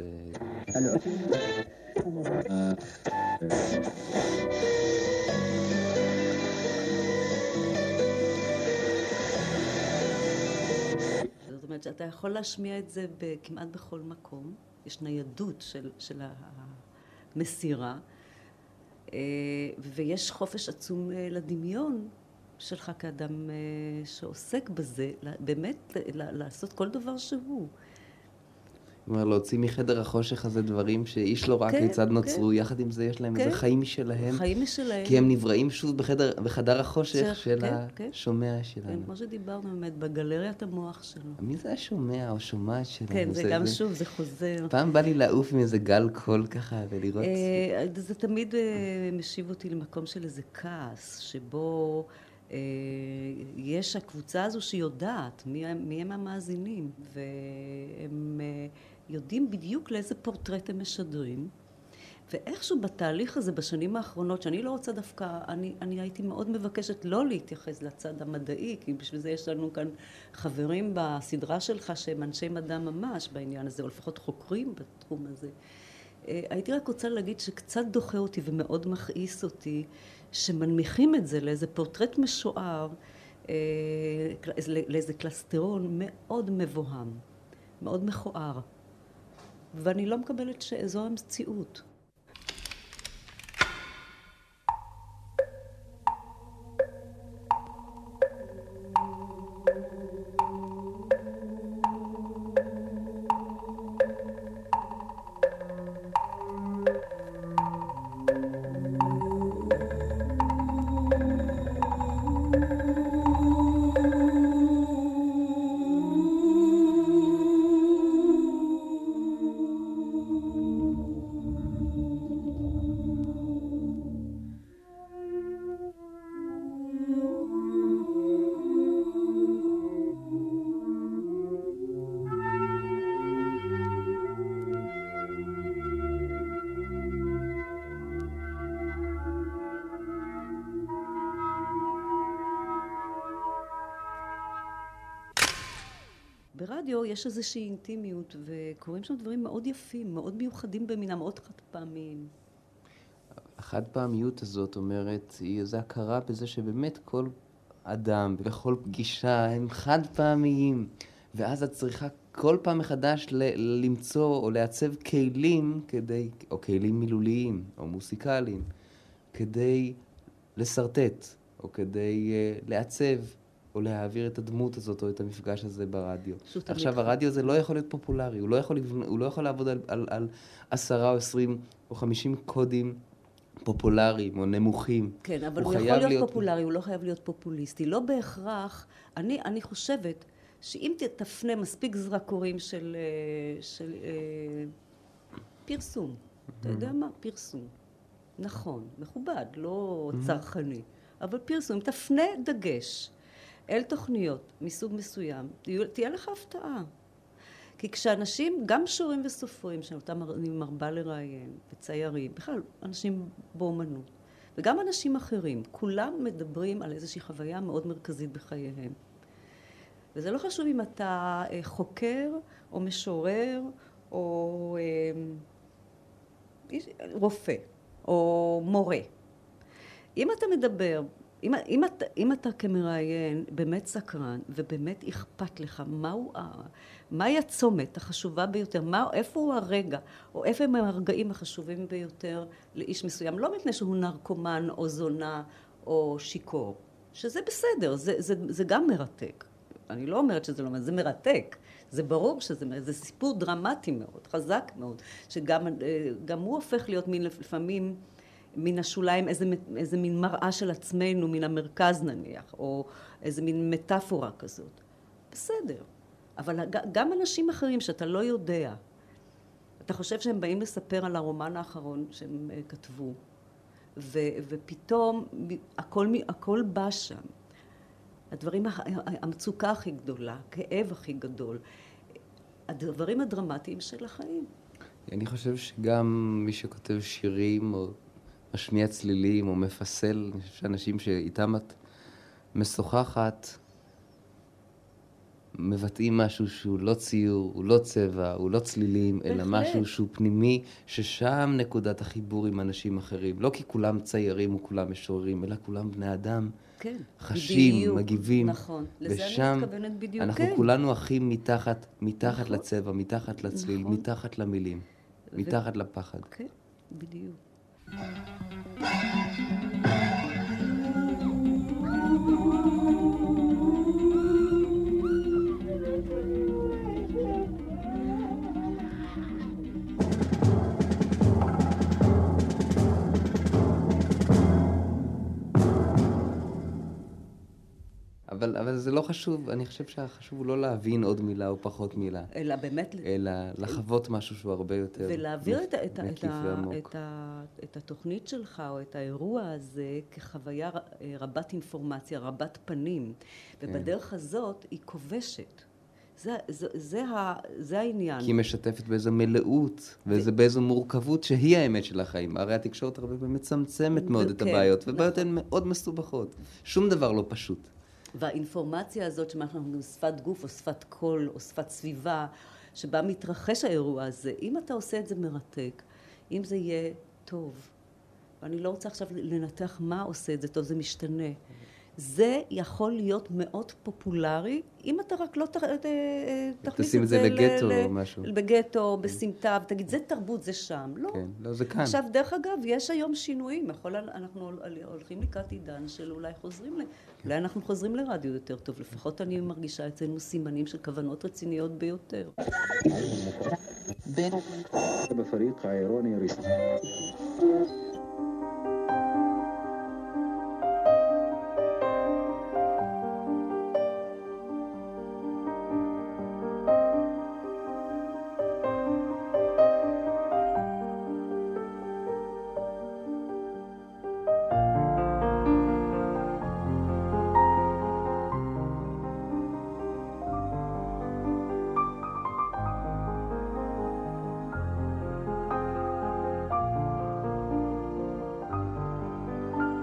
Speaker 4: זאת אומרת שאתה יכול להשמיע את זה כמעט בכל מקום. יש ניידות של, של המסירה, ויש חופש עצום לדמיון שלך כאדם שעוסק בזה, באמת לעשות כל דבר שהוא.
Speaker 1: כלומר, להוציא מחדר החושך הזה דברים שאיש לא ראה כיצד נוצרו, יחד עם זה יש להם איזה חיים משלהם.
Speaker 4: חיים משלהם.
Speaker 1: כי הם נבראים שוב בחדר החושך של השומע שלנו.
Speaker 4: כן, כמו שדיברנו באמת, בגלריית המוח שלו.
Speaker 1: מי זה השומע או שומעת שלנו?
Speaker 4: כן, זה גם שוב, זה חוזר.
Speaker 1: פעם בא לי לעוף עם איזה גל קול ככה ולראות...
Speaker 4: זה תמיד משיב אותי למקום של איזה כעס, שבו... יש הקבוצה הזו שיודעת מי, מי הם המאזינים, והם יודעים בדיוק לאיזה פורטרט הם משדרים, ואיכשהו בתהליך הזה בשנים האחרונות, שאני לא רוצה דווקא, אני, אני הייתי מאוד מבקשת לא להתייחס לצד המדעי, כי בשביל זה יש לנו כאן חברים בסדרה שלך שהם אנשי מדע ממש בעניין הזה, או לפחות חוקרים בתחום הזה. הייתי רק רוצה להגיד שקצת דוחה אותי ומאוד מכעיס אותי, שמנמיכים את זה לאיזה פורטרט משוער, לאיזה קלסטרון מאוד מבוהם, מאוד מכוער. ואני לא מקבלת שזו המציאות. ברדיו יש איזושהי אינטימיות, וקוראים שם דברים מאוד יפים, מאוד מיוחדים במינם, מאוד חד פעמיים.
Speaker 1: החד פעמיות הזאת אומרת, היא זה הכרה בזה שבאמת כל אדם וכל פגישה הם חד פעמיים, ואז את צריכה כל פעם מחדש ל- למצוא או לעצב כלים כדי, או כלים מילוליים או מוסיקליים, כדי לסרטט או כדי uh, לעצב או להעביר את הדמות הזאת או את המפגש הזה ברדיו. עכשיו הרדיו הזה לא יכול להיות פופולרי, הוא לא יכול, הוא לא יכול לעבוד על, על, על עשרה או עשרים או חמישים קודים פופולריים או נמוכים.
Speaker 4: כן, אבל הוא, הוא יכול להיות, להיות פופולרי, הוא לא חייב להיות פופוליסטי. לא בהכרח, אני, אני חושבת שאם תפנה מספיק זרקורים של, של אה, פרסום, אתה יודע מה? פרסום. נכון, מכובד, לא צרכני, אבל פרסום, תפנה דגש אל תוכניות מסוג מסוים, תהיה לך הפתעה. כי כשאנשים, גם שורים וסופרים, שאותם אני מרבה לראיין, וציירים, בכלל אנשים באומנות, וגם אנשים אחרים, כולם מדברים על איזושהי חוויה מאוד מרכזית בחייהם. וזה לא חשוב אם אתה חוקר, או משורר, או רופא, או מורה. אם אתה מדבר, אם, אם, אתה, אם אתה כמראיין באמת סקרן, ובאמת אכפת לך, מהו, מהי הצומת החשובה ביותר, מה, איפה הוא הרגע, או איפה הם הרגעים החשובים ביותר לאיש מסוים, לא מפני שהוא נרקומן, או זונה, או שיקור, שזה בסדר, זה, זה, זה גם מרתק. אני לא אומרת שזה לא מרתק, זה מרתק. זה ברור שזה מרתק, זה סיפור דרמטי מאוד, חזק מאוד, שגם גם הוא הופך להיות מין לפעמים, מן השוליים, איזה, איזה מין מראה של עצמנו, מן המרכז נניח, או איזה מין מטאפורה כזאת. בסדר. אבל גם אנשים אחרים שאתה לא יודע, אתה חושב שהם באים לספר על הרומן האחרון שהם כתבו, ו, ופתאום הכל, הכל בא שם. הדברים, המצוקה הכי גדולה, הכאב הכי גדול, הדברים הדרמטיים של החיים.
Speaker 1: אני חושב שגם מי שכותב שירים או משמיע צלילים או מפסל, אני חושב שאנשים שאיתם את משוחחת, מבטאים משהו שהוא לא ציור, הוא לא צבע, הוא לא צלילים, אלא משהו שהוא פנימי, ששם נקודת החיבור עם אנשים אחרים. לא כי כולם ציירים או כולם משוררים, אלא כולם בני אדם.
Speaker 4: כן,
Speaker 1: חשים,
Speaker 4: בדיוק,
Speaker 1: מגיבים.
Speaker 4: נכון, לזה
Speaker 1: ושם
Speaker 4: אני מתכוונת בדיוק,
Speaker 1: אנחנו
Speaker 4: כן.
Speaker 1: כולנו אחים מתחת, מתחת
Speaker 4: נכון.
Speaker 1: לצבע, מתחת לצליל,
Speaker 4: נכון.
Speaker 1: מתחת למילים,
Speaker 4: ו...
Speaker 1: מתחת לפחד.
Speaker 4: כן, בדיוק.
Speaker 1: אבל, אבל זה לא חשוב, אני חושב שהחשוב הוא לא להבין עוד מילה או פחות מילה.
Speaker 4: אלא באמת...
Speaker 1: אלא לחוות משהו שהוא הרבה יותר
Speaker 4: ולהעביר
Speaker 1: מקיף,
Speaker 4: את, את,
Speaker 1: מקיף
Speaker 4: את,
Speaker 1: ועמוק.
Speaker 4: את, את התוכנית שלך או את האירוע הזה כחוויה רבת אינפורמציה, רבת פנים. ובדרך הזאת היא כובשת. זה, זה, זה, ה, זה העניין.
Speaker 1: כי היא משתפת באיזו מלאות, ואיזו באיזו מורכבות שהיא האמת של החיים. הרי התקשורת הרבה פעמים מצמצמת מאוד את הבעיות, ובעיות הן מאוד מסובכות. שום דבר לא פשוט.
Speaker 4: והאינפורמציה הזאת, שאנחנו אומרים שפת גוף או שפת קול או שפת סביבה, שבה מתרחש האירוע הזה, אם אתה עושה את זה מרתק, אם זה יהיה טוב, ואני לא רוצה עכשיו לנתח מה עושה את זה טוב, זה משתנה. זה יכול להיות מאוד פופולרי, אם אתה רק לא תכניס את זה
Speaker 1: לגטו או משהו.
Speaker 4: בגטו, בסמטה, ותגיד, זה תרבות, זה שם. לא.
Speaker 1: כן, לא, זה כאן.
Speaker 4: עכשיו, דרך אגב, יש היום שינויים. אנחנו הולכים לקראת עידן של אולי חוזרים, אולי אנחנו חוזרים לרדיו יותר טוב. לפחות אני מרגישה אצלנו סימנים של כוונות רציניות ביותר.
Speaker 6: בפריק האירוני רשמי.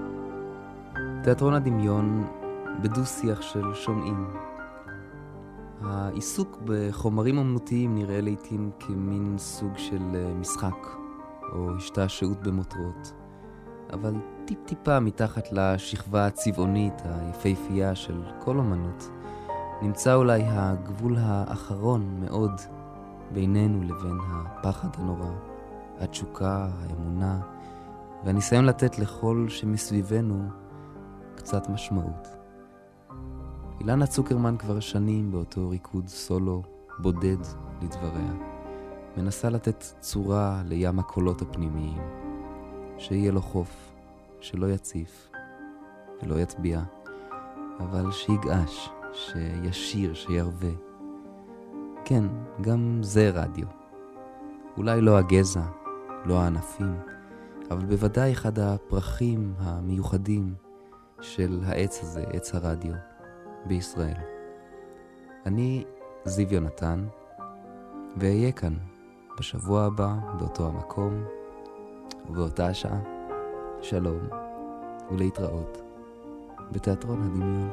Speaker 1: תיאטרון הדמיון בדו-שיח של שומעים. העיסוק בחומרים אומנותיים נראה לעתים כמין סוג של משחק או השתעשעות במותרות, אבל טיפ-טיפה מתחת לשכבה הצבעונית היפהפייה של כל אומנות נמצא אולי הגבול האחרון מאוד בינינו לבין הפחד הנורא, התשוקה, האמונה, והניסיון לתת לכל שמסביבנו קצת משמעות. אילנה צוקרמן כבר שנים באותו ריקוד סולו בודד לדבריה, מנסה לתת צורה לים הקולות הפנימיים, שיהיה לו חוף, שלא יציף ולא יטביע, אבל שיגעש, שישיר, שירווה. כן, גם זה רדיו. אולי לא הגזע, לא הענפים, אבל בוודאי אחד הפרחים המיוחדים של העץ הזה, עץ הרדיו, בישראל. אני זיו יונתן, ואהיה כאן בשבוע הבא, באותו המקום, ובאותה השעה. שלום, ולהתראות בתיאטרון הדמיון.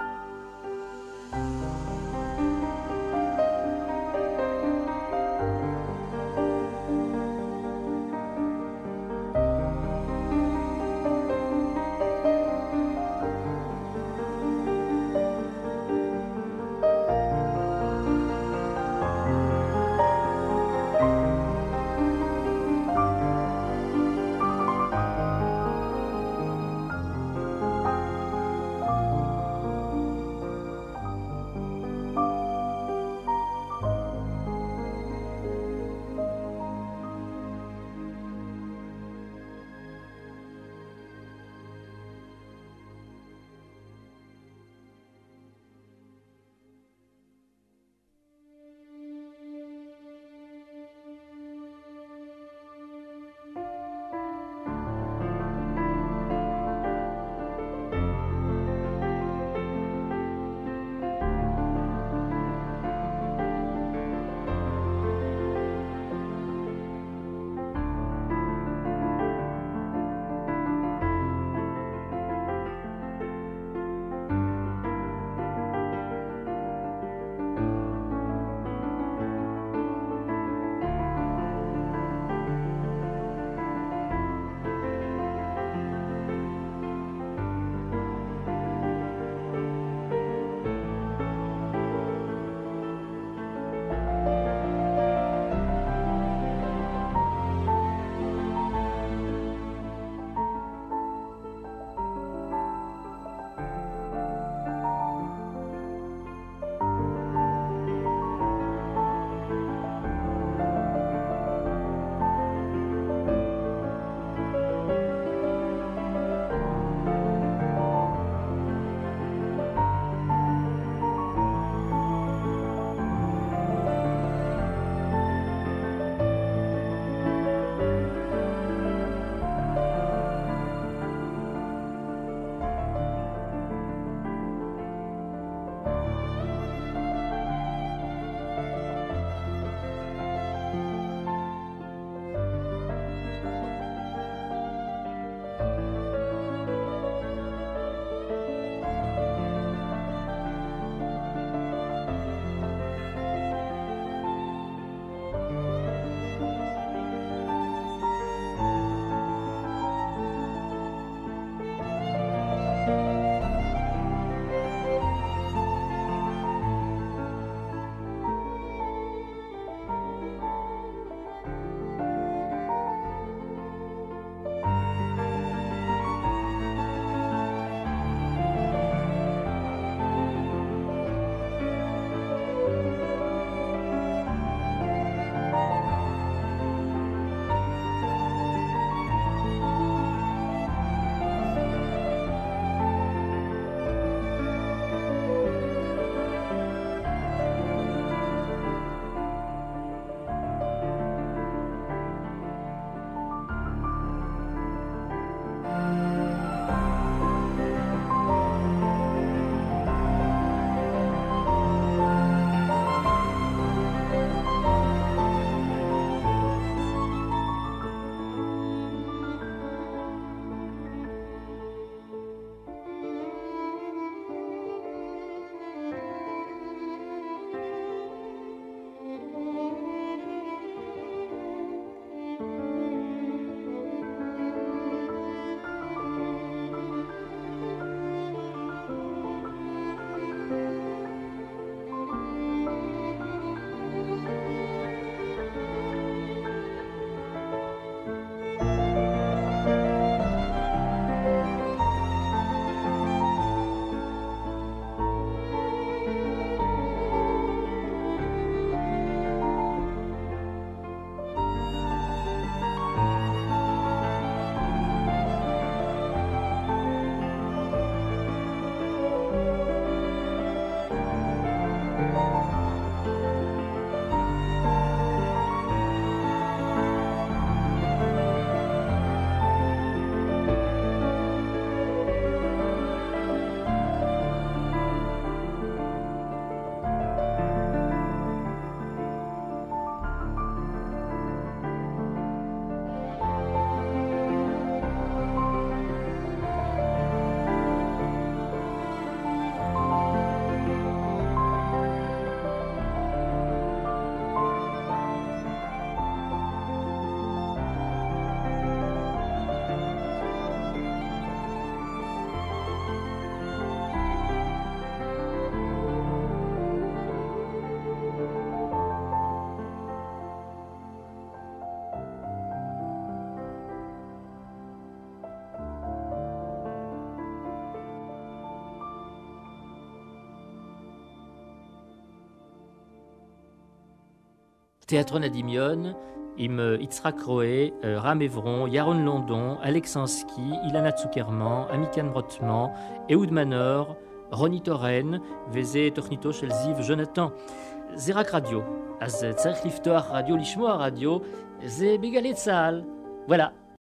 Speaker 15: תיאטרון הדמיון עם יצחק רואה, רם עברון, ירון לונדון, אלכסנסקי, אילנה צוקרמן, עמיקן ברוטמן, אהוד מנור, רוני טורן, וזה תוכניתו של זיו ז'ונתן. זה רק רדיו, אז צריך לפתוח רדיו, לשמוע רדיו, זה בגלי צה"ל. וואלה.